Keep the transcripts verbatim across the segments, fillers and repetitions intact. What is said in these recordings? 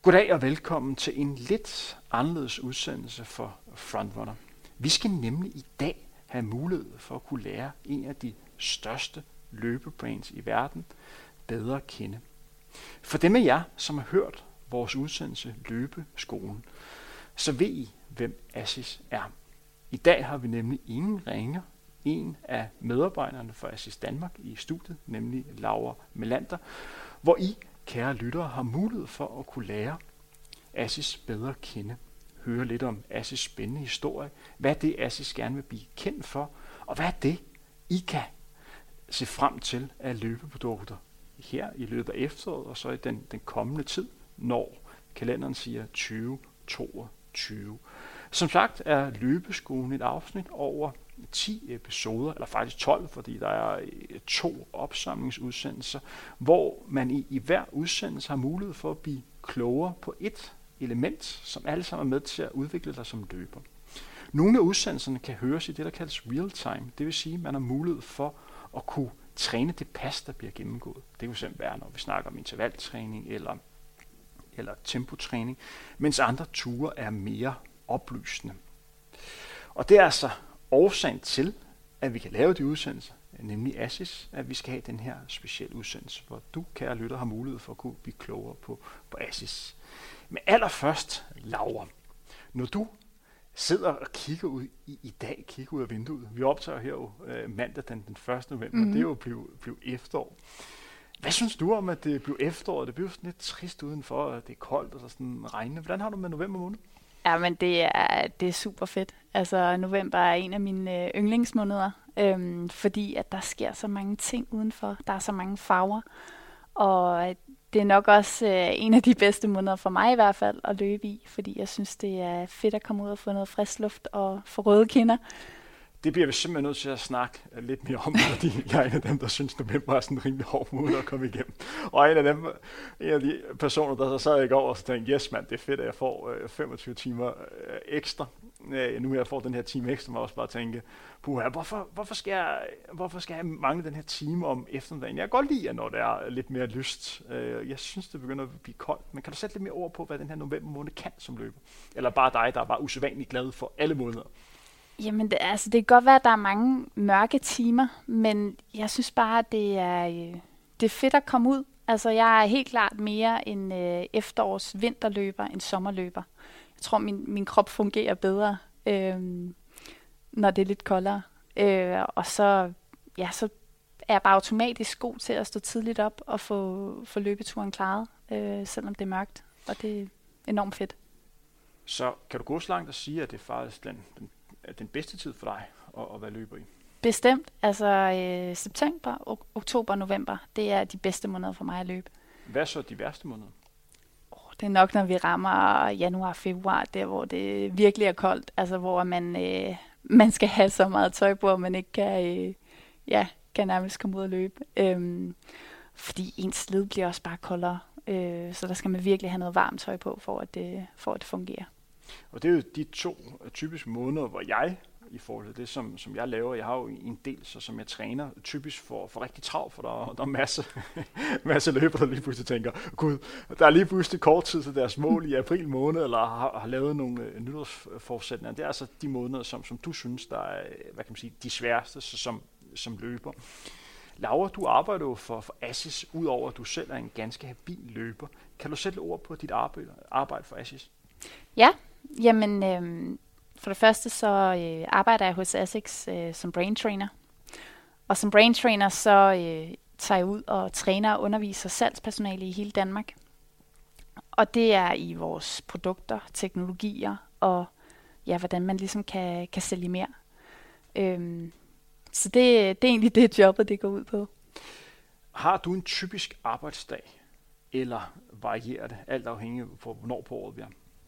Goddag og velkommen til en lidt anderledes udsendelse for Frontrunner. Vi skal nemlig i dag have mulighed for at kunne lære en af de største løbebrands i verden bedre at kende. For dem af jer, som har hørt vores udsendelse Løbeskolen, så ved I, hvem Asics er. I dag har vi nemlig ingen ringer, en af medarbejderne for Asics Danmark i studiet, nemlig Laura Melander, hvor I, kære lyttere, har mulighed for at kunne lære Asics bedre at kende, høre lidt om Asics spændende historie, hvad det Asics gerne vil blive kendt for, og hvad er det, I kan se frem til af løbeprodukter her i løbet af efteråret, og så i den, den kommende tid, når kalenderen siger tyve toogtyve. Som sagt er Løbeskolen et afsnit over ti episoder, eller faktisk tolv, fordi der er to opsamlingsudsendelser, hvor man i, i hver udsendelse har mulighed for at blive klogere på et element, som alle sammen er med til at udvikle dig som løber. Nogle af udsendelserne kan høres i det, der kaldes real time. Det vil sige, at man har mulighed for at kunne træne det pas, der bliver gennemgået. Det kan fx være, når vi snakker om intervaltræning eller, eller tempotræning, mens andre ture er mere oplysende. Og det er altså årsagen til, at vi kan lave de udsendelser, nemlig Asics, at vi skal have den her specielle udsendelse, hvor du, kære lytter, har mulighed for at kunne blive klogere på, på Asics. Men allerførst, Laura, når du sidder og kigger ud i, i dag, kigger ud af vinduet, vi optager her jo øh, mandag den, den første november, mm-hmm. det er jo blevet blev efterår. Hvad synes du om, at det blev efterår? Det blev sådan lidt trist udenfor, at det er koldt og sådan regnende. Hvordan har du med november måned? Ja, men det er, det er super fedt. Altså, november er en af mine øh, yndlingsmåneder, øhm, fordi at der sker så mange ting udenfor. Der er så mange farver, og det er nok også øh, en af de bedste måneder for mig i hvert fald at løbe i, fordi jeg synes, det er fedt at komme ud og få noget frisk luft og få røde kinder. Det bliver vi simpelthen nødt til at snakke lidt mere om, fordi jeg er en af dem, der synes, november er sådan en rimelig hård måde at komme igennem. Og en af dem, en af de personer, der så sad i går og så tænkte, yes mand, det er fedt, at jeg får øh, femogtyve timer øh, ekstra. Øh, nu jeg får den her time ekstra, må jeg også bare tænke, puha, hvorfor, hvorfor, skal jeg, hvorfor skal jeg mangle den her time om eftermiddagen? Jeg kan godt lide, når det er lidt mere lyst. Øh, jeg synes, det begynder at blive koldt. Men kan du sætte lidt mere ord på, hvad den her november måned kan som løber? Eller bare dig, der er bare usædvanligt glad for alle måneder? Jamen, det, altså, det kan godt være, at der er mange mørke timer, men jeg synes bare, at det er, øh, det er fedt at komme ud. Altså, jeg er helt klart mere en øh, efterårs vinterløber end sommerløber. Jeg tror, min, min krop fungerer bedre, øh, når det er lidt koldere. Øh, og så, ja, så er jeg bare automatisk god til at stå tidligt op og få, få løbeturen klaret, øh, selvom det er mørkt. Og det er enormt fedt. Så kan du gå så langt og sige, at det er faktisk den, den er den bedste tid for dig at, at være løber i? Bestemt. Altså øh, september, ok- oktober, november, det er de bedste måneder for mig at løbe. Hvad er så de værste måneder? Oh, det er nok, når vi rammer januar, februar, der hvor det virkelig er koldt. Altså hvor man, øh, man skal have så meget tøj på, at man ikke kan, øh, ja, kan nærmest komme ud og løbe. Øhm, fordi ens slid bliver også bare koldere. Øh, så der skal man virkelig have noget varmt tøj på, for at det, for at det fungerer. Og det er jo de to typiske måneder, hvor jeg, i forhold til det, som, som jeg laver, jeg har jo en del, så som jeg træner, typisk for, for rigtig travlt, for der, der er masse, masse løbere, der lige pludselig tænker, gud, der er lige pludselig kort tid til deres mål i april måned, eller har, har lavet nogle øh, nytårsforsætninger. Det er altså de måneder, som, som du synes, der er, hvad kan man sige, de sværeste så som, som løber. Laura, du arbejder jo for, for Asics, udover at du selv er en ganske habil løber. Kan du sætte ord på dit arbejde, arbejde for Asics? Ja. Jamen, øh, for det første så øh, arbejder jeg hos Asics øh, som brain trainer. Og som brain trainer så øh, tager jeg ud og træner og underviser salgspersonale i hele Danmark. Og det er i vores produkter, teknologier og ja, hvordan man ligesom kan, kan sælge mere. Øh, så det, det er egentlig det jobbet, det går ud på. Har du en typisk arbejdsdag, eller varierer det alt afhængig af, hvornår på året vi er?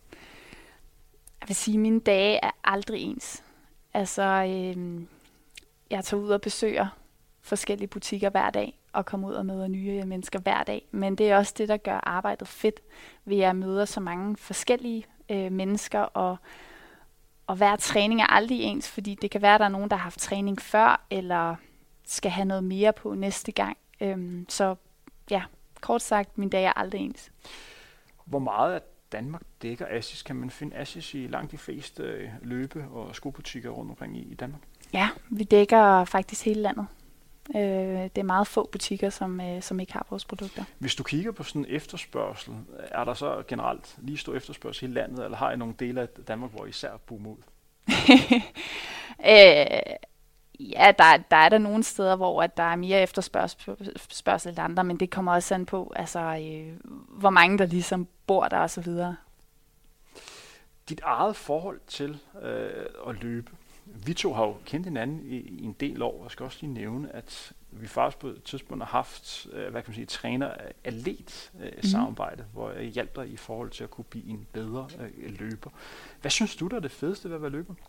Jeg vil sige, at mine dage er aldrig ens. Altså, øh, jeg tager ud og besøger forskellige butikker hver dag, og kommer ud og møder nye mennesker hver dag. Men det er også det, der gør arbejdet fedt, ved at jeg møder så mange forskellige øh, mennesker, og, og hver træning er aldrig ens, fordi det kan være, at der er nogen, der har haft træning før, eller skal have noget mere på næste gang. Øh, så ja, kort sagt, mine dage er aldrig ens. Hvor meget af Danmark dækker Asics? Kan man finde Asics i langt de fleste øh, løbe- og skobutikker rundt omkring i, i Danmark? Ja, vi dækker faktisk hele landet. Øh, det er meget få butikker, som, øh, som ikke har vores produkter. Hvis du kigger på sådan en efterspørgsel, er der så generelt lige stor efterspørgsel i hele landet, eller har I nogle dele af Danmark, hvor I især boomer ud? øh, ja, der, der er der nogle steder, hvor at der er mere efterspørgsel end andre, men det kommer også an på, altså, øh, hvor mange der ligesom bor der og så videre. Dit eget forhold til øh, at løbe. Vi to har jo kendt hinanden i, i en del år, og jeg skal også lige nævne, at vi faktisk på et tidspunkt har haft, øh, hvad kan man sige, træner-atlet øh, mm. samarbejde, hvor jeg hjalp dig i forhold til at kunne blive en bedre øh, løber. Hvad synes du, der er det fedeste ved at være løber?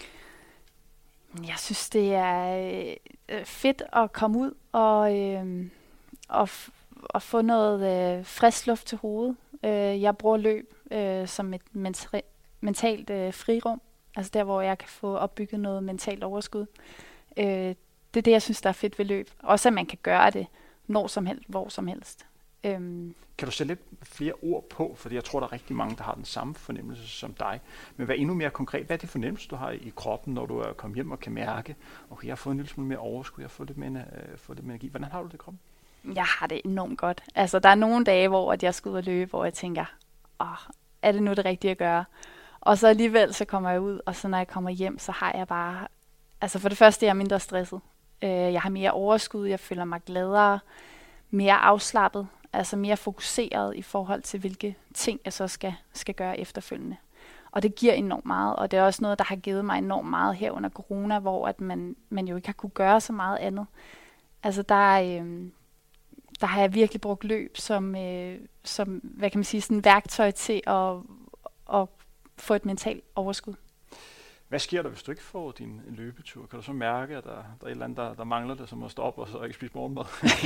Jeg synes, det er øh, fedt at komme ud og, øh, og, f- og få noget øh, frisk luft til hovedet. Øh, jeg bruger løb øh, som et mentri- mentalt øh, frirum. Altså der, hvor jeg kan få opbygget noget mentalt overskud. Øh, det er det, jeg synes, der er fedt ved løb. Også at man kan gøre det når som helst, hvor som helst. Øhm. Kan du sætte lidt flere ord på? Fordi jeg tror, der er rigtig mange, der har den samme fornemmelse som dig. Men hvad endnu mere konkret? Hvad er det fornemmelse, du har i kroppen, når du er kommet hjem og kan mærke, okay, jeg har fået en lille smule mere overskud, jeg har fået lidt mere, øh, fået lidt mere energi. Hvordan har du det i kroppen? Jeg har det enormt godt. Altså, der er nogle dage, hvor at jeg skal ud og løbe, hvor jeg tænker, åh, er det nu det rigtige at gøre? Og så alligevel, så kommer jeg ud, og så når jeg kommer hjem, så har jeg bare... Altså for det første, jeg er mindre stresset. Øh, jeg har mere overskud, jeg føler mig gladere, mere afslappet, altså mere fokuseret i forhold til, hvilke ting jeg så skal, skal gøre efterfølgende. Og det giver enormt meget, og det er også noget, der har givet mig enormt meget her under corona, hvor at man, man jo ikke har kunne gøre så meget andet. Altså der, øh, der har jeg virkelig brugt løb som, øh, som hvad kan man sige, sådan et værktøj til at, at få et mentalt overskud. Hvad sker der, hvis du ikke får din løbetur? Kan du så mærke, at der, der er et eller andet, der, der mangler det, som at stå op og så ikke spise morgenmad?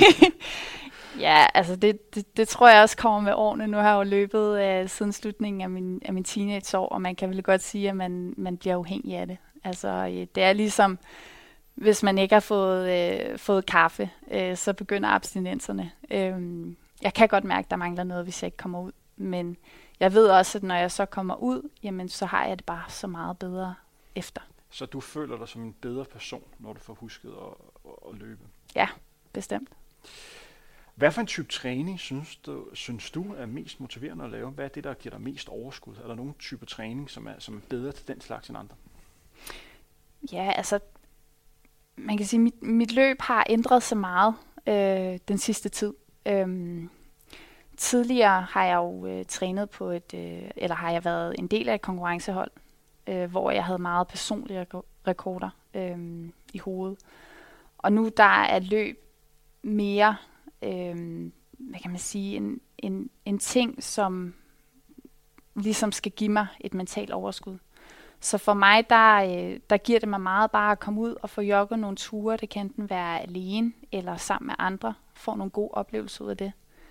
Ja, altså det, det, det tror jeg også kommer med årene. Nu har jeg jo løbet øh, siden slutningen af min, af min teenageår, og man kan vel godt sige, at man, man bliver afhængig af det. Altså øh, det er ligesom, hvis man ikke har fået, øh, fået kaffe, øh, så begynder abstinenserne. Øh, jeg kan godt mærke, at der mangler noget, hvis jeg ikke kommer ud. Men jeg ved også, at når jeg så kommer ud, jamen så har jeg det bare så meget bedre efter. Så du føler dig som en bedre person, når du får husket at, at, at løbe? Ja, bestemt. Hvad for en type træning synes du, synes du er mest motiverende at lave? Hvad er det, der giver dig mest overskud? Er der nogen type træning, som er, som er bedre til den slags end andre? Ja, altså, man kan sige, at mit, mit løb har ændret sig meget øh, den sidste tid. Øhm, tidligere har jeg jo øh, trænet på et, øh, eller har jeg været en del af et konkurrencehold, øh, hvor jeg havde meget personlige rekorder øh, i hovedet. Og nu der er løb mere, øh, hvad kan man sige, en, en, en ting, som ligesom skal give mig et mentalt overskud. Så for mig, der, øh, der giver det mig meget bare at komme ud og få jogget nogle ture. Det kan enten være alene eller sammen med andre. Få nogle gode oplevelser ud af det.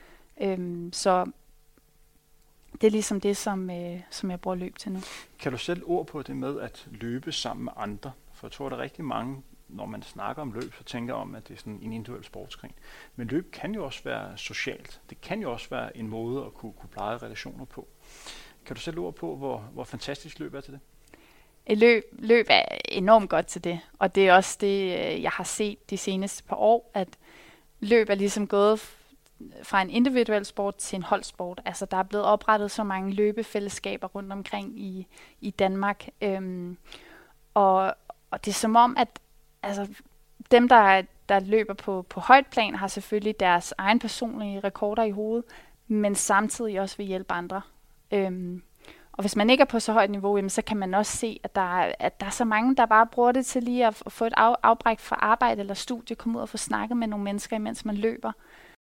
Øhm, så det er ligesom det, som, øh, som jeg bruger løb til nu. Kan du sætte ord på det med at løbe sammen med andre? For jeg tror, der er rigtig mange, når man snakker om løb, så tænker om, at det er sådan en individuel sportsgren. Men løb kan jo også være socialt. Det kan jo også være en måde at kunne, kunne pleje relationer på. Kan du sætte ord på, hvor, hvor fantastisk løb er til det? Et løb, løb er enormt godt til det, og det er også det, jeg har set de seneste par år, at løb er ligesom gået fra en individuel sport til en holdsport. Altså, der er blevet oprettet så mange løbefællesskaber rundt omkring i, i Danmark. Øhm, og, og det er som om, at altså, dem, der, der løber på, på højt plan, har selvfølgelig deres egen personlige rekorder i hovedet, men samtidig også vil hjælpe andre. Øhm, og hvis man ikke er på så højt niveau, jamen, så kan man også se, at der, er, at der er så mange, der bare bruger det til lige at, at få et af, afbræk fra arbejde eller studie, komme ud og få snakket med nogle mennesker, imens man løber.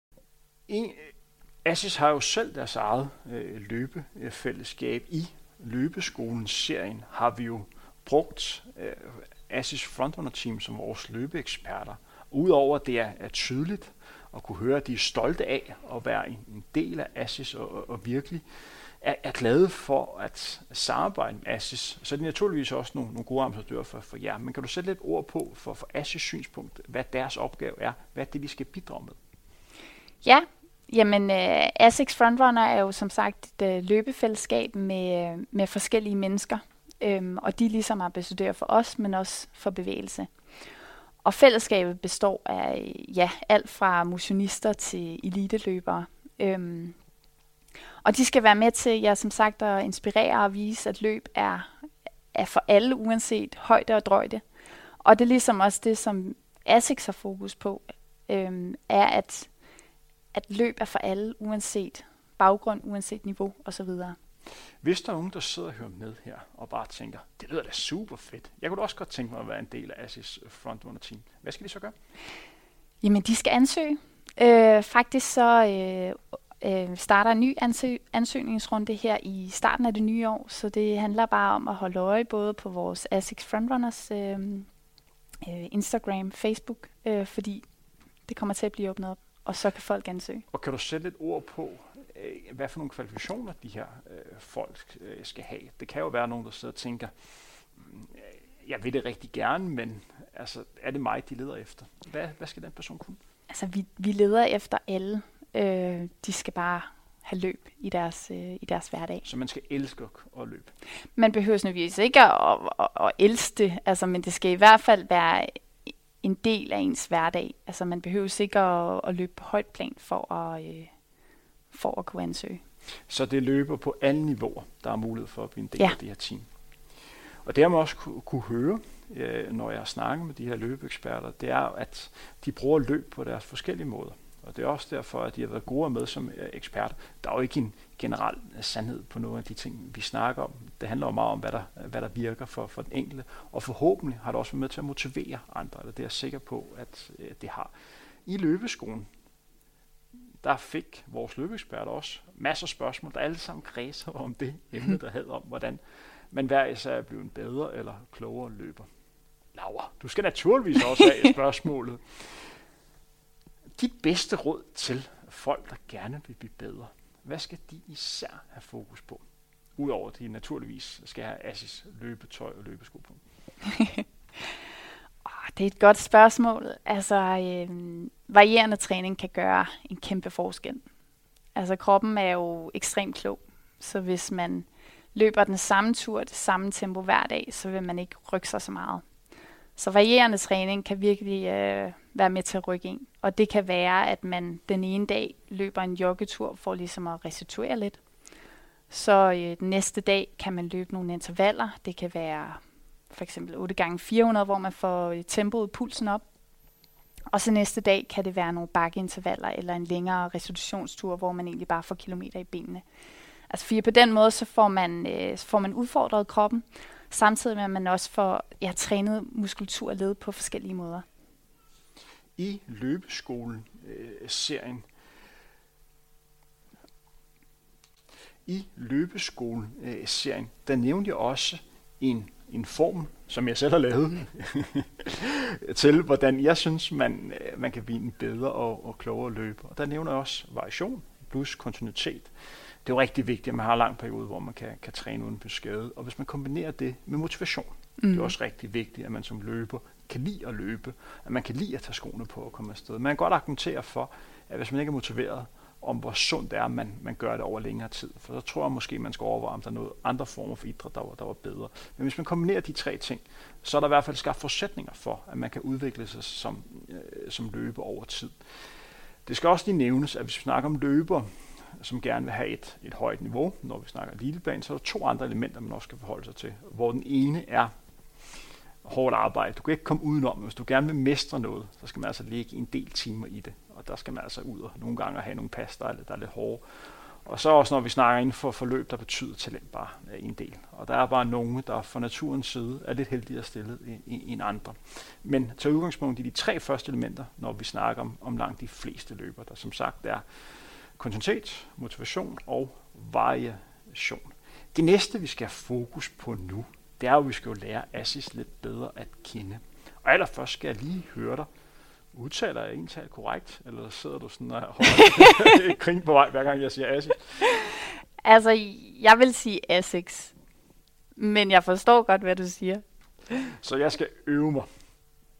En, Asics har jo selv deres eget øh, løbefællesskab. I løbeskolen-serien har vi jo brugt øh, Asics Frontrunner Team som vores løbeeksperter. Udover at det er, er tydeligt at kunne høre, at de er stolte af at være en, en del af Asics og, og, og virkelig er, er glade for at samarbejde med Asics. Så er det naturligvis også nogle, nogle gode ambassadører for, for jer. Men kan du sætte lidt ord på for, for Asics synspunkt, hvad deres opgave er, hvad det de skal bidrage med? Ja, Jamen, uh, Asics Frontrunner er jo som sagt et uh, løbefællesskab med, uh, med forskellige mennesker, um, og de er ligesom ambassadører for os, men også for bevægelse. Og fællesskabet består af ja, alt fra motionister til eliteløbere. Um, og de skal være med til, ja, som sagt, at inspirere og vise, at løb er, er for alle, uanset højde og drøjde. Og det er ligesom også det, som Asics har fokus på, um, er at at løb er for alle, uanset baggrund, uanset niveau osv. Hvis der er nogen, der sidder og hører med her, og bare tænker, det lyder da super fedt. Jeg kunne da også godt tænke mig at være en del af Asics Frontrunner Team. Hvad skal de så gøre? Jamen, de skal ansøge. Øh, faktisk så øh, øh, starter en ny ansøg- ansøgningsrunde her i starten af det nye år, så det handler bare om at holde øje både på vores Asics Frontrunners øh, øh, Instagram, Facebook, øh, fordi det kommer til at blive åbnet op. Og så kan folk ansøge. Og kan du sætte et ord på, øh, hvad for nogle kvalifikationer de her øh, folk øh, skal have? Det kan jo være nogen, der sidder og tænker, øh, jeg vil det rigtig gerne, men altså, er det mig, de leder efter? Hvad, hvad skal den person kunne? Altså, vi, vi leder efter alle. Øh, de skal bare have løb i deres, øh, i deres hverdag. Så man skal elske at løbe? Man behøver nødvendigvis ikke at, at, at, at elske det, altså, men det skal i hvert fald være en del af ens hverdag. Altså, man behøver ikke at, at løbe på højt plan for at, øh, for at kunne ansøge. Så det løber på alle niveauer, der er mulighed for at blive en del ja. af det her team. Og det har man også kunne, kunne høre, øh, når jeg snakker med de her løbeeksperter, det er, at de bruger løb på deres forskellige måder. Og det er også derfor, at de har været gode med som eksperter. Der er jo ikke en generel sandhed på nogle af de ting, vi snakker om. Det handler jo meget om, hvad der, hvad der virker for, for den enkelte. Og forhåbentlig har det også været med til at motivere andre. Eller det er jeg sikker på, at øh, det har. I løbeskolen, der fik vores løbeeksperter også masser af spørgsmål, der alle sammen kredser om det emne, der hedder om, hvordan man hver især er blevet en bedre eller klogere løber. Laura, du skal naturligvis også have spørgsmålet. Dit bedste råd til folk, der gerne vil blive bedre, hvad skal de især have fokus på? Udover at de naturligvis skal have Asics løbetøj og løbesko på. Det er et godt spørgsmål. Altså, øh, varierende træning kan gøre en kæmpe forskel. Altså, kroppen er jo ekstremt klog, så hvis man løber den samme tur, det samme tempo hver dag, så vil man ikke rykke sig så meget. Så varierende træning kan virkelig øh, være med til at rykke ind. Og det kan være, at man den ene dag løber en joggetur for ligesom at restituere lidt. Så øh, den næste dag kan man løbe nogle intervaller. Det kan være for eksempel otte gange fire hundrede, hvor man får tempoet, pulsen op. Og så næste dag kan det være nogle bakkeintervaller eller en længere restitutionstur, hvor man egentlig bare får kilometer i benene. Altså for på den måde, så får man, øh, får man udfordret kroppen, samtidig med, at man også får ja, trænet muskulatur og led på forskellige måder. I løbeskolen-serien, i løbeskolen-serien, der nævnte jeg også en, en form, som jeg selv har lavet, til hvordan jeg synes, man, man kan blive en bedre og, og klogere løber. Og der nævner jeg også variation plus kontinuitet. Det er jo rigtig vigtigt, at man har en lang periode, hvor man kan, kan træne uden at blive skadet. Og hvis man kombinerer det med motivation, mm. det er også rigtig vigtigt, at man som løber kan lide at løbe, at man kan lide at tage skoene på og komme afsted. Man kan godt argumentere for, at hvis man ikke er motiveret, om hvor sundt det er, at man, man gør det over længere tid. For så tror jeg måske, man skal overveje, om der er noget andre former for idræt, der var, der var bedre. Men hvis man kombinerer de tre ting, så er der i hvert fald skabt forudsætninger for, at man kan udvikle sig som, øh, som løber over tid. Det skal også lige nævnes, at hvis vi snakker om løber, som gerne vil have et, et højt niveau, når vi snakker eliteplan, så er der to andre elementer, man også skal forholde sig til. Hvor den ene er hårdt arbejde. Du kan ikke komme udenom, hvis du gerne vil mestre noget, så skal man altså lægge en del timer i det. Og der skal man altså ud og nogle gange have nogle pas, der er, der er lidt hårde. Og så også når vi snakker inden for forløb, der betyder talent bare en del. Og der er bare nogle, der fra naturens side er lidt heldigere stillet end andre. Men til udgangspunkt i de tre første elementer, når vi snakker om, om langt de fleste løber, der som sagt er kontinuitet, motivation og variation. Det næste, vi skal have fokus på nu, det er jo, at vi skal jo lære Asics lidt bedre at kende. Og allerførst skal jeg lige høre dig. Udtaler jeg ental korrekt, eller sidder du sådan og holder kring på vej, hver gang jeg siger Asics? Altså, jeg vil sige Asics, men jeg forstår godt, hvad du siger. Så jeg skal øve mig. Det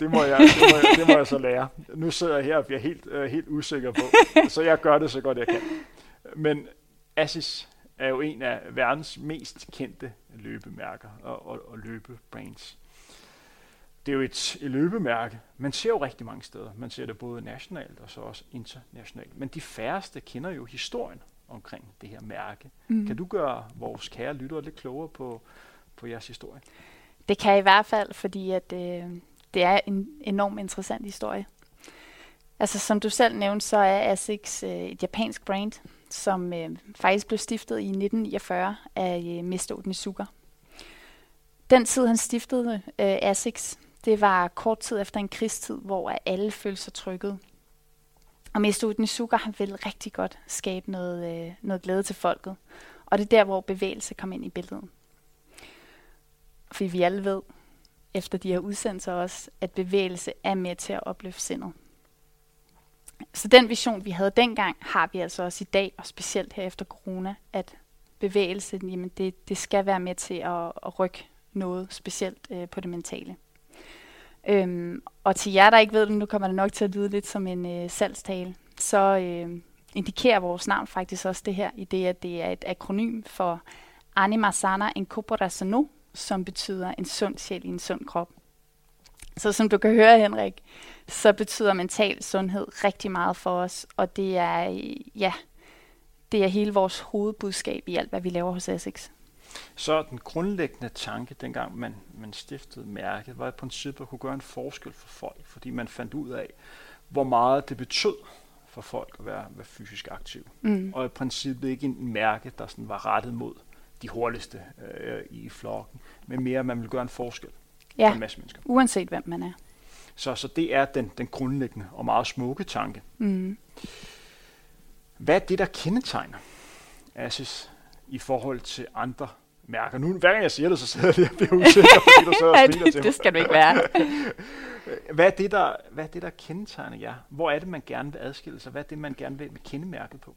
det, må jeg, det, må jeg, det må jeg så lære. Nu sidder jeg her og bliver helt, uh, helt usikker på, så jeg gør det så godt jeg kan. Men Asics er jo en af verdens mest kendte løbemærker og, og, og løbebrands. Det er jo et, et løbemærke. Man ser jo rigtig mange steder. Man ser det både nationalt og så også internationalt. Men de færreste kender jo historien omkring det her mærke. Mm. Kan du gøre vores kære lyttere lidt klogere på, på jeres historie? Det kan jeg i hvert fald, fordi at, øh, det er en enormt interessant historie. Altså som du selv nævnte, så er Asics øh, et japansk brand, som øh, faktisk blev stiftet i nitten niogfyrre af øh, mister Onizuka. Den tid, han stiftede øh, Asics, det var kort tid efter en krigstid, hvor alle følte sig trykket. Og mister Onizuka, han ville rigtig godt skabe noget, øh, noget glæde til folket. Og det er der, hvor bevægelse kom ind i billedet. Fordi vi alle ved, efter de her udsendelser også, at bevægelse er med til at opløfte sindet. Så den vision, vi havde dengang, har vi altså også i dag, og specielt her efter corona, at bevægelse, jamen det, det skal være med til at, at rykke noget, specielt øh, på det mentale. Øhm, og til jer, der ikke ved det, nu kommer det nok til at lyde lidt som en øh, salgstale, så øh, indikerer vores navn faktisk også det her, i det, at det er et akronym for Anima Sana Incorporación No, som betyder en sund sjæl i en sund krop. Så som du kan høre, Henrik, så betyder mental sundhed rigtig meget for os, og det er, ja, det er hele vores hovedbudskab i alt, hvad vi laver hos Asics. Så den grundlæggende tanke, dengang man, man stiftede mærket, var i princippet at kunne gøre en forskel for folk, fordi man fandt ud af, hvor meget det betød for folk at være, være fysisk aktiv. Mm. Og i princippet ikke en mærke, der sådan var rettet mod de hurtigste øh, i flokken, men mere, at man vil gøre en forskel ja, for en masse mennesker. Uanset hvem man er. Så, så det er den, den grundlæggende og meget smukke tanke. Mm. Hvad er det, der kendetegner Asics i forhold til andre mærker? Nu, hver gang jeg siger det, så sidder jeg lige og bliver usikker, fordi du sidder og smiler til mig. Det skal du ikke være. Hvad er det, der, hvad er det, der kendetegner jer? Hvor er det, man gerne vil adskille sig? Hvad er det, man gerne vil med kendemærket på?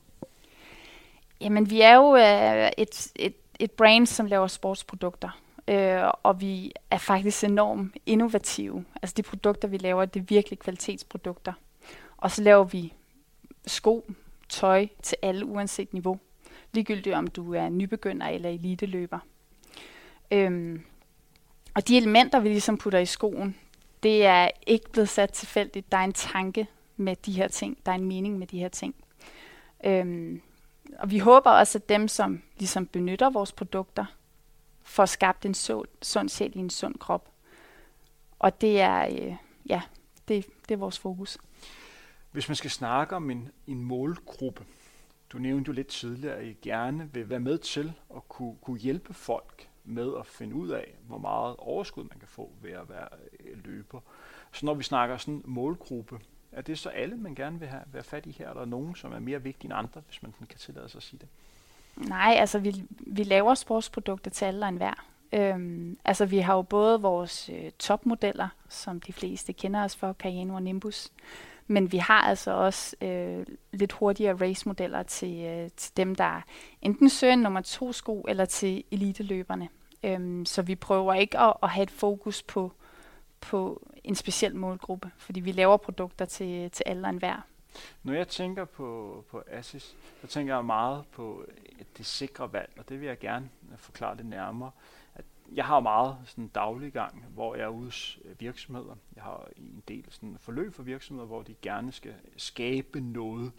Jamen, vi er jo øh, et, et, et brand, som laver sportsprodukter. Øh, og vi er faktisk enormt innovative. Altså de produkter, vi laver, det er virkelig kvalitetsprodukter. Og så laver vi sko, tøj til alle uanset niveau. Ligegyldigt om du er nybegynder eller eliteløber. Øhm, og de elementer, vi ligesom putter i skoen, det er ikke blevet sat tilfældigt. Der er en tanke med de her ting. Der er en mening med de her ting. Øhm, og vi håber også, at dem, som ligesom benytter vores produkter, får skabt en sund, sund sjæl i en sund krop. Og det er, øh, ja, det, det er vores fokus. Hvis man skal snakke om en, en målgruppe, du nævnte jo lidt tidligere, at I gerne vil være med til at kunne, kunne hjælpe folk med at finde ud af, hvor meget overskud man kan få ved at være løber. Så når vi snakker sådan en målgruppe, er det så alle, man gerne vil have være fat i her, eller er der nogen, som er mere vigtige end andre, hvis man kan tillade sig at sige det? Nej, altså vi, vi laver sportsprodukter til alle og enhver. Øhm, altså vi har jo både vores øh, topmodeller, som de fleste kender os for, Cayenne og Nimbus. Men vi har altså også øh, lidt hurtigere racemodeller til, øh, til dem, der enten søger en nummer to sko, eller til eliteløberne. Øhm, så vi prøver ikke at, at have et fokus på, på en speciel målgruppe, fordi vi laver produkter til, til alle og enhver. Når jeg tænker på, på Asics, så tænker jeg meget på det sikre valg, og det vil jeg gerne forklare lidt nærmere. At jeg har meget sådan daglig gang, hvor jeg er ude hos virksomheder. Jeg har en del sådan forløb for virksomheder, hvor de gerne skal skabe noget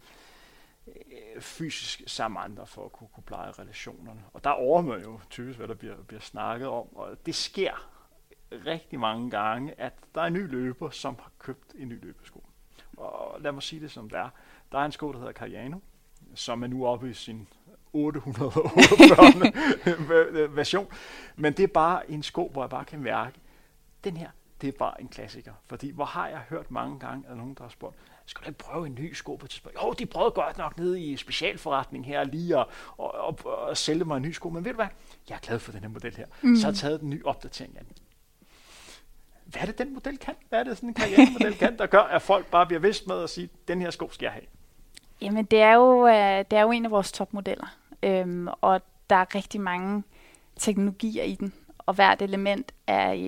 øh, fysisk sammen med andre for at kunne, kunne pleje relationerne. Og der overmøder jo typisk, hvad der bliver, bliver snakket om, og det sker rigtig mange gange, at der er en ny løber, som har købt en ny løbesko. Og lad mig sige det som det er. Der er en sko, der hedder Cayenne, som er nu oppe i sin otte hundrede og otteogfyrre version. Men det er bare en sko, hvor jeg bare kan mærke, den her, det er bare en klassiker. Fordi hvor har jeg hørt mange gange, at nogen, der har spurgt, skal du ikke prøve en ny sko på et tidspunkt? Jo, de prøvede godt nok nede i specialforretning her lige at og, og, og sælge mig en ny sko. Men ved du hvad? Jeg er glad for den her model her. Mm. Så har jeg taget den nye opdatering af den. Hvad er det, den model kan? Hvad er det, sådan en karrieremodel kan, der gør, at folk bare bliver vidst med at sige, den her sko skal jeg have? Jamen, det er jo, øh, det er jo en af vores topmodeller, øhm, og der er rigtig mange teknologier i den, og hvert element er, øh,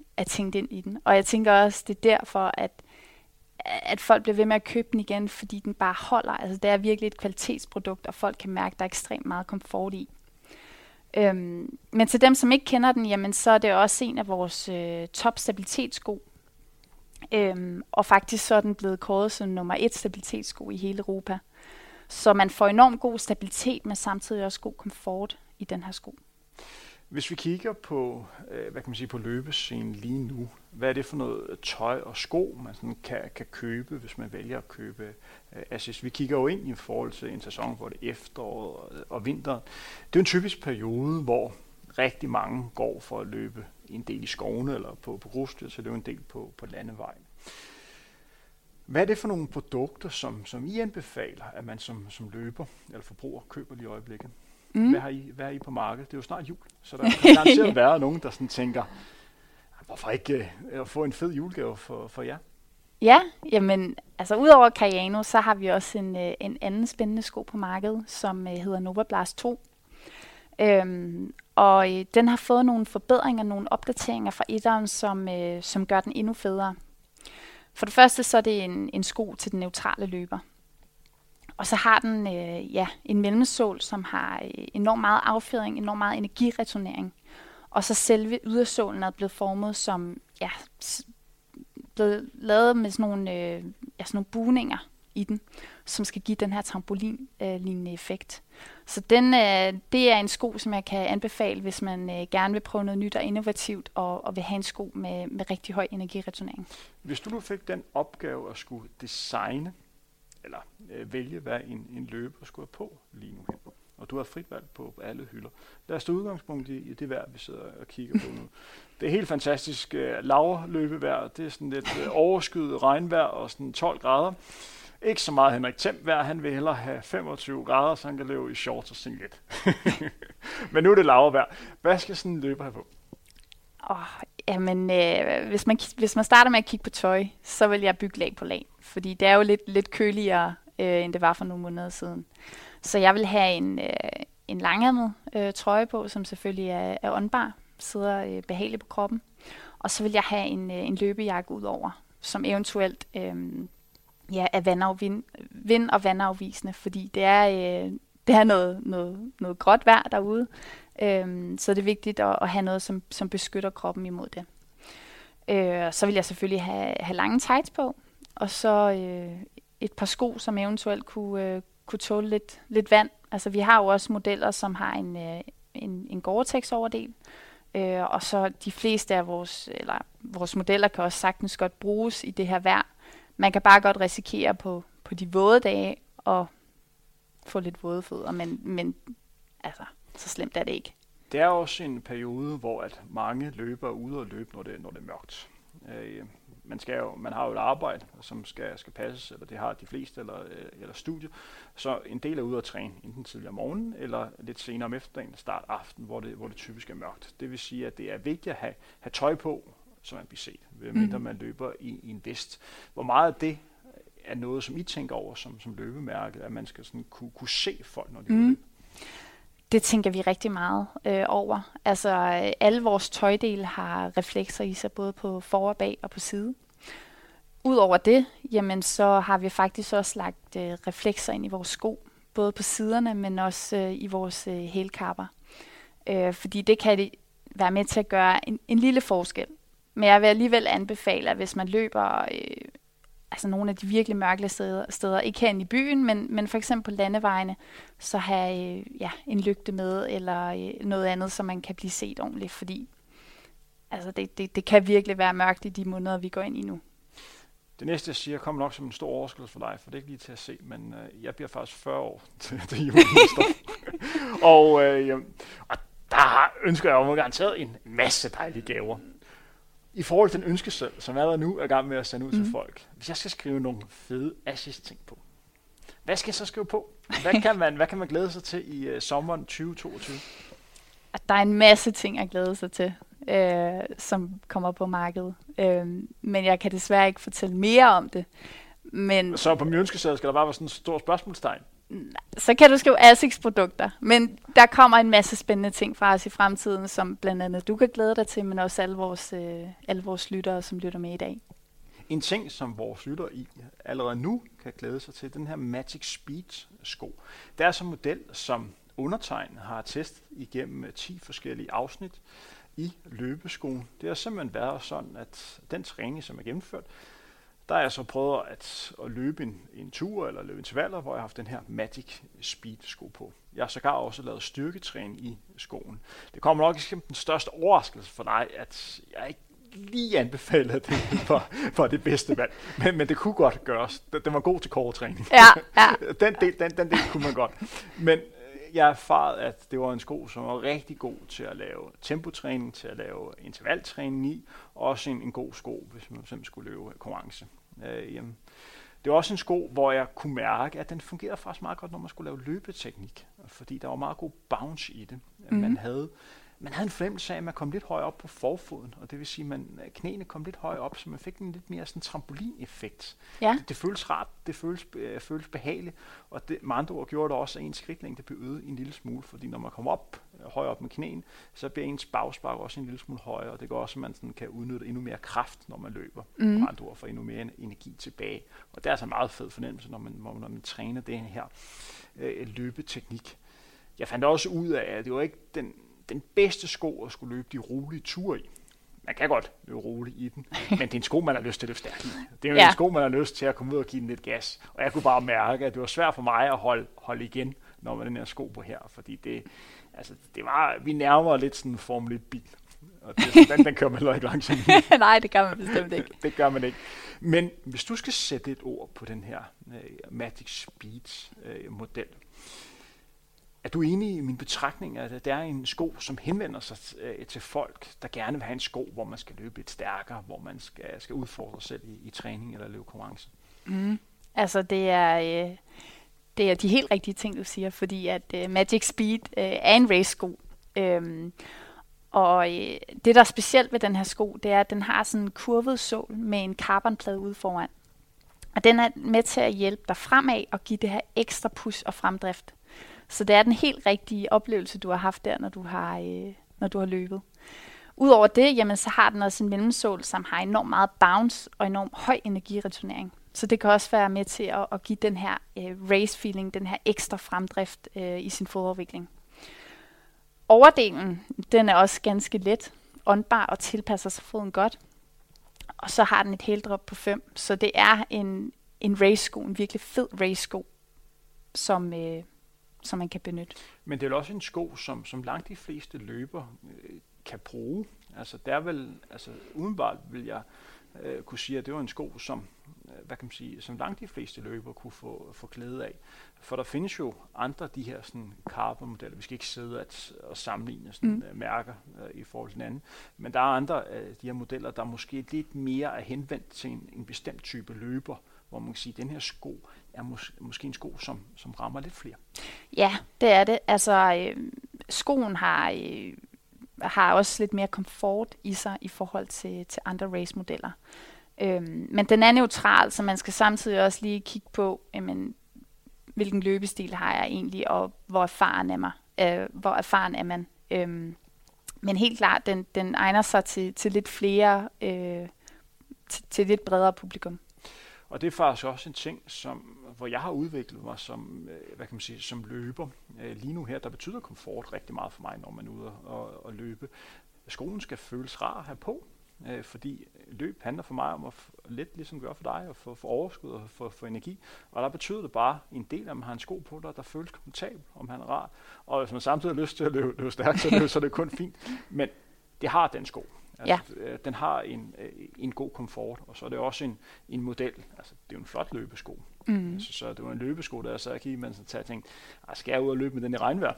er tænkt ind i den. Og jeg tænker også, det er derfor, at, at folk bliver ved med at købe den igen, fordi den bare holder. Altså det er virkelig et kvalitetsprodukt, og folk kan mærke, at der er ekstremt meget komfort i. Øhm, men til dem, som ikke kender den, jamen, så er det også en af vores øh, top stabilitetssko. Øhm, og faktisk så er den blevet kåret som nummer et stabilitetssko i hele Europa. Så man får enormt god stabilitet, men samtidig også god komfort i den her sko. Hvis vi kigger på, øh, hvad kan man sige, på løbescenen lige nu, hvad er det for noget tøj og sko, man sådan kan, kan købe, hvis man vælger at købe øh, Asics? Vi kigger jo ind i forhold til en sæson, hvor det er efteråret og, og vinteren. Det er en typisk periode, hvor rigtig mange går for at løbe en del i skovene eller på, på grusstyr, så det er en del på, på landevejen. Hvad er det for nogle produkter, som, som I anbefaler, at man som, som løber eller forbruger køber lige i øjeblikket? Mm. Hvad, har I, hvad har I på markedet? Det er jo snart jul, så der kan garanteret være nogen, der sådan tænker, hvorfor ikke uh, få en fed julegave for, for jer? Ja, jamen, altså udover Kayano, så har vi også en, uh, en anden spændende sko på markedet, som uh, hedder Nova Blast to. Øhm, og uh, den har fået nogle forbedringer, nogle opdateringer fra etteren, som, uh, som gør den endnu federe. For det første så er det en, en sko til den neutrale løber. Og så har den øh, ja, en mellemsål, som har øh, enormt meget affjedring, enormt meget energireturnering. Og så selve ydersålen er blevet formet som, ja, s- blevet lavet med sådan nogle, øh, ja, sådan nogle bugninger i den, som skal give den her trampolin-lignende øh, effekt. Så den, øh, det er en sko, som jeg kan anbefale, hvis man øh, gerne vil prøve noget nyt og innovativt, og, og vil have en sko med, med rigtig høj energireturnering. Hvis du nu fik den opgave at skulle designe, eller øh, vælge, hvad en, en løber skulle have på lige nu her, og du har frit valg på alle hylder. Lad os tage udgangspunkt i, i det vejr, vi sidder og kigger på nu. Det er helt fantastisk øh, lavrløbevejr. Det er sådan lidt øh, overskyet regnvejr og sådan tolv grader. Ikke så meget Henrik Thiem vejr. Han vil hellere have femogtyve grader, så han kan løbe i shorts og singlet. Men nu er det lavrevejr. Hvad skal sådan en løber have på? Oh, jamen, øh, hvis, man, hvis man starter med at kigge på tøj, så vil jeg bygge lag på lag. Fordi det er jo lidt, lidt køligere, øh, end det var for nogle måneder siden. Så jeg vil have en, øh, en langærmet øh, trøje på, som selvfølgelig er, er åndbar, sidder øh, behageligt på kroppen. Og så vil jeg have en, øh, en løbejakke ud over, som eventuelt øh, ja, er vandafvind, vind- og vandafvisende, fordi det er, øh, det er noget, noget, noget gråt vejr derude. Øh, så det er vigtigt at, at have noget, som, som beskytter kroppen imod det. Øh, så vil jeg selvfølgelig have, have lange tights på, og så øh, et par sko, som eventuelt kunne, øh, kunne tåle lidt, lidt vand. Altså vi har jo også modeller, som har en, øh, en, en Gore-Tex overdel, øh, og så de fleste af vores, eller vores modeller kan også sagtens godt bruges i det her vejr. Man kan bare godt risikere på, på de våde dage at få lidt våde fødder, men, men altså, så slemt er det ikke. Det er også en periode, hvor at mange løber er ude og løbe, når det, når det er mørkt. Øh, man, skal jo, man har jo et arbejde, som skal, skal passes, eller det har de fleste, eller, eller studie. Så en del er ude at træne, enten tidligere om morgenen, eller lidt senere om efterdagen, start aften, hvor det, hvor det typisk er mørkt. Det vil sige, at det er vigtigt at have, have tøj på, så man bliver set, medmindre mm. man løber i, i en vest. Hvor meget af det er noget, som I tænker over som, som løbemærke, at man skal sådan kunne, kunne se folk, når de mm. løber? Det tænker vi rigtig meget øh, over. Altså alle vores tøjdele har reflekser i sig, både på for og bag og på side. Udover det, jamen så har vi faktisk også lagt øh, reflekser ind i vores sko, både på siderne, men også øh, i vores øh, hælkapper. Øh, fordi det kan det være med til at gøre en, en lille forskel. Men jeg vil alligevel anbefale, at hvis man løber øh, altså nogle af de virkelig mørke steder, steder ikke herinde i byen, men, men for eksempel på landevejene, så have øh, ja, en lygte med, eller øh, noget andet, så man kan blive set ordentligt, fordi altså det, det, det kan virkelig være mørkt i de måneder, vi går ind i nu. Det næste, jeg siger, kommer nok som en stor overskridelse for dig, for det er ikke lige til at se, men øh, jeg bliver faktisk fyrre år til, til julen næste år. og, øh, og der ønsker jeg jo garanteret en masse dejlige gaver. I forhold til den ønskeseddel, som jeg nu er i gang med at sende ud mm. til folk. Hvis jeg skal skrive nogle fede Asics-ting på, hvad skal jeg så skrive på? Hvad kan man, hvad kan man glæde sig til i uh, sommeren tyve toogtyve? Der er en masse ting at glæde sig til, øh, som kommer på markedet. Øh, men jeg kan desværre ikke fortælle mere om det. Men så på min ønskeseddel skal der bare være sådan en stor spørgsmålstegn? Så kan du skrive Asics-produkter, men der kommer en masse spændende ting fra os i fremtiden, som blandt andet du kan glæde dig til, men også alle vores, øh, alle vores lyttere, som lytter med i dag. En ting, som vores lyttere i allerede nu kan glæde sig til, den her Magic Speed-sko. Det er så en model, som undertegnet har testet igennem ti forskellige afsnit i løbeskoen. Det har simpelthen været sådan, at den træning, som er gennemført, der har jeg så prøvet at, at løbe en, en tur eller løbe intervaller, hvor jeg har haft den her Magic Speed sko på. Jeg har sågar også lavet styrketræning i skoen. Det kommer nok ikke den største overraskelse for dig, at jeg ikke lige anbefaler det for, for det bedste valg. Men, men det kunne godt gøres. Den var god til core-træning. Ja, ja. den, del, den, den del kunne man godt. Men jeg har erfaret, at det var en sko, som var rigtig god til at lave tempotræning, til at lave intervaltræning i, og også en, en god sko, hvis man simpelthen skulle løbe konkurrence. Øh, jamen. Det var også en sko, hvor jeg kunne mærke, at den fungerede faktisk meget godt, når man skulle lave løbeteknik, fordi der var meget god bounce i det. Mm. Man havde Man havde en fornemmelse af, at man kom lidt højere op på forfoden, og det vil sige, at man, knæene kom lidt højere op, så man fik en lidt mere sådan trampolineffekt. Ja. Det, det føles rart, det føles, øh, føles behageligt, og det, med andre ord gjorde det også, at ens skridtlængde blev øget en lille smule, fordi når man kommer op, øh, højere op med knæene, så bliver ens bagspark også en lille smule højere, og det gør også, at man sådan kan udnytte endnu mere kraft, når man løber, mm. med andre ord, for endnu mere energi tilbage. Og det er altså en meget fed fornemmelse, når man, når man, når man træner den her øh, løbeteknik. Jeg fandt også ud af, at det var ikke den den bedste sko at skulle løbe de rolige ture i. Man kan godt løbe roligt i den, men det er en sko, man har lyst til at løbe stærkt i. Det er jo ja. en sko, man har lyst til at komme ud og give den lidt gas. Og jeg kunne bare mærke, at det var svært for mig at holde, holde igen, når man den her sko på her, fordi det, altså, det var, vi nærmer lidt sådan en Formel et bil. Og det, den, den kører man heller ikke langsomt. Nej, det gør man bestemt ikke. Det gør man ikke. Men hvis du skal sætte et ord på den her uh, Magic Speed uh, model, er du enig i min betragtning, at det er en sko, som henvender sig øh, til folk, der gerne vil have en sko, hvor man skal løbe lidt stærkere, hvor man skal, skal udfordre sig selv i, i træning eller løbe konkurrence? Mm. Altså det er, øh, det er de helt rigtige ting, du siger, fordi at øh, Magic Speed øh, er en race-sko. Øhm, og øh, det, der er specielt ved den her sko, det er, at den har sådan en kurvet sål med en carbonplade ude foran. Og den er med til at hjælpe dig fremad og give det her ekstra push og fremdrift. Så det er den helt rigtige oplevelse, du har haft der, når du har, øh, når du har løbet. Udover det, jamen, så har den også en mellemsål, som har enormt meget bounce og enormt høj energireturnering. Så det kan også være med til at, at give den her øh, race-feeling, den her ekstra fremdrift øh, i sin fodafvikling. Overdelen, den er også ganske let, åndbar og tilpasser sig foden godt. Og så har den et hældrop på fem, så det er en, en race-sko, en virkelig fed race-sko, som... Øh, som man kan benytte. Men det er også en sko, som, som langt de fleste løber øh, kan bruge. Altså der er vel, altså udenbart vil jeg øh, kunne sige, at det var en sko, som, øh, hvad kan man sige, som langt de fleste løber kunne få, få glæde af. For der findes jo andre af de her sådan carbon-modeller. Vi skal ikke sidde at, at sammenligne sådan, mm. uh, mærker uh, i forhold til hinanden. Men der er andre af uh, de her modeller, der måske lidt mere er henvendt til en, en bestemt type løber, hvor man kan sige, at den her sko er mås- måske en sko, som, som rammer lidt flere. Ja, det er det. Altså, øh, skoen har, øh, har også lidt mere komfort i sig i forhold til, til andre race-modeller. Øhm, men den er neutral, så man skal samtidig også lige kigge på, jamen, hvilken løbestil har jeg egentlig, og hvor erfaren er, mig, øh, hvor erfaren er man. Øhm, men helt klart, den, den egner sig til, til lidt flere, øh, til, til lidt bredere publikum. Og det er faktisk også en ting, som, hvor jeg har udviklet mig som, hvad kan man sige, som løber. Lige nu her, der betyder komfort rigtig meget for mig, når man er ude og, og løbe. Skoen skal føles rar at have på, fordi løb handler for mig om at f- lidt ligesom gør for dig, at få, få overskud og få, få energi. Og der betyder det bare en del, at man har en sko på der, der føles komfortabel, om han er rar. Og hvis man samtidig har lyst til at løbe, løbe stærkt, så, løbe, så er det kun fint. Men det har den sko. Altså, ja. Den har en, en god komfort, og så er det også en, en model. Altså, det er jo en flot løbesko. Mm. Altså, så det var en løbesko, der så jeg kiggede, mens jeg tænkte, skal jeg ud og løbe med den i regnvejr?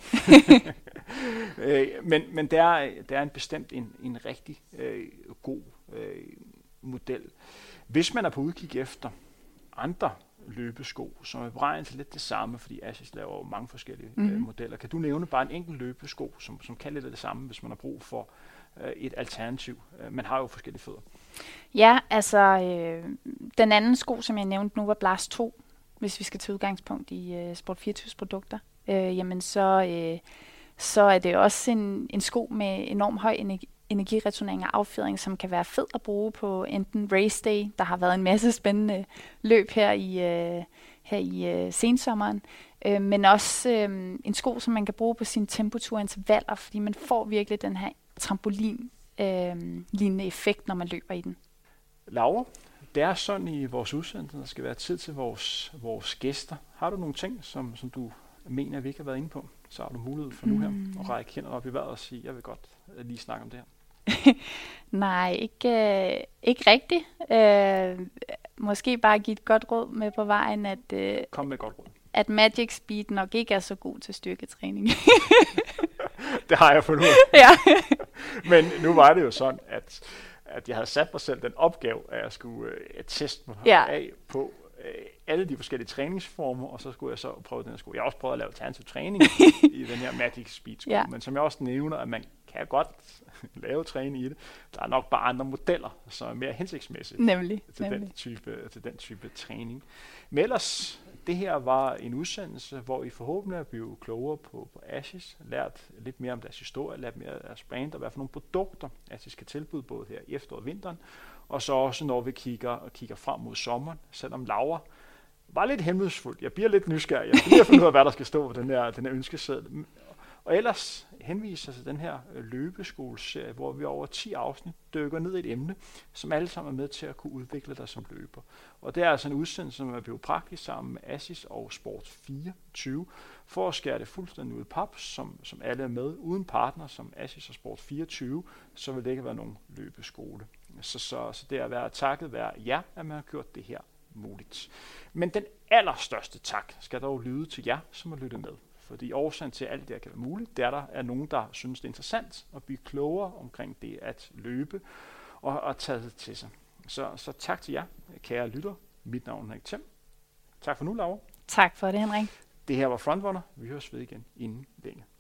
men men det er, det er en bestemt en, en rigtig øh, god øh, model. Hvis man er på udkig efter andre løbesko, som er beregnet til lidt det samme, fordi Asics laver jo mange forskellige mm. øh, modeller. Kan du nævne bare en enkelt løbesko, som, som kan lidt af det samme, hvis man har brug for et alternativ? Man har jo forskellige fødder. Ja, altså øh, den anden sko, som jeg nævnte nu, var Blast to, hvis vi skal tage udgangspunkt i øh, Sport fireogtyves produkter, øh, jamen så, øh, så er det også en, en sko med enorm høj energi, energireturnering og affjedring, som kan være fed at bruge på enten race day, der har været en masse spændende løb her i, øh, her i øh, sensommeren, øh, men også øh, en sko, som man kan bruge på sine tempoturintervaller, fordi man får virkelig den her trampolin-lignende øh, effekt, når man løber i den. Laura, det er sådan i vores udsendelse, der skal være tid til vores, vores gæster. Har du nogle ting, som, som du mener, vi ikke har været inde på? Så har du mulighed for nu her mm. at række hænderne op i vejret og sige, jeg vil godt lige snakke om det her. Nej, ikke, øh, ikke rigtigt. Øh, måske bare give et godt råd med på vejen, at, øh, Kom med et godt råd. At Magic Speed nok ikke er så god til styrketræning. Det har jeg fundet ud af. Ja. Men nu var det jo sådan, at, at jeg havde sat mig selv den opgave, at jeg skulle øh, teste mig ja. af på øh, alle de forskellige træningsformer, og så skulle jeg så prøve den her sko. Jeg har også prøvet at lave alternativ træning i den her Magic Speed sko, ja. Men som jeg også nævner, at man kan godt lave træning i det. Der er nok bare andre modeller, som er mere hensigtsmæssige nemlig, til, nemlig. Den type, til den type træning. Men ellers, det her var en udsendelse, hvor I forhåbentlig er blevet klogere på, på Asics, lært lidt mere om deres historie, lært mere om deres brand, og hvad for nogle produkter Asics kan tilbyde, både her i efteråret og vinteren, og så også når vi kigger, og kigger frem mod sommeren, selvom Laura var lidt hemmelighedsfuld. Jeg bliver lidt nysgerrig. Jeg bliver finde ud af, hvad der skal stå på den her, den her ønskeseddel. Og ellers henviser til den her løbeskoleserie, hvor vi over ti afsnit dykker ned i et emne, som alle sammen er med til at kunne udvikle dig som løber. Og det er altså en udsendelse, som er blevet praktisk sammen med Asics og Sport fireogtyve, for at skære det fuldstændig ud i pap, som, som alle er med. Uden partner som Asics og Sport fireogtyve, så vil det ikke være nogen løbeskole. Så, så, så det er at være takket være jer, at man har gjort det her muligt. Men den allerstørste tak skal dog lyde til jer, som har lyttet med. Fordi årsagen til, at alt det her kan være muligt, det er, der er nogen, der synes, det er interessant at blive klogere omkring det at løbe og, og tage det til sig. Så, så tak til jer, kære lytter. Mit navn er Henrik Thiem. Tak for nu, Laura. Tak for det, Henrik. Det her var Frontrunner. Vi høres ved igen inden længe.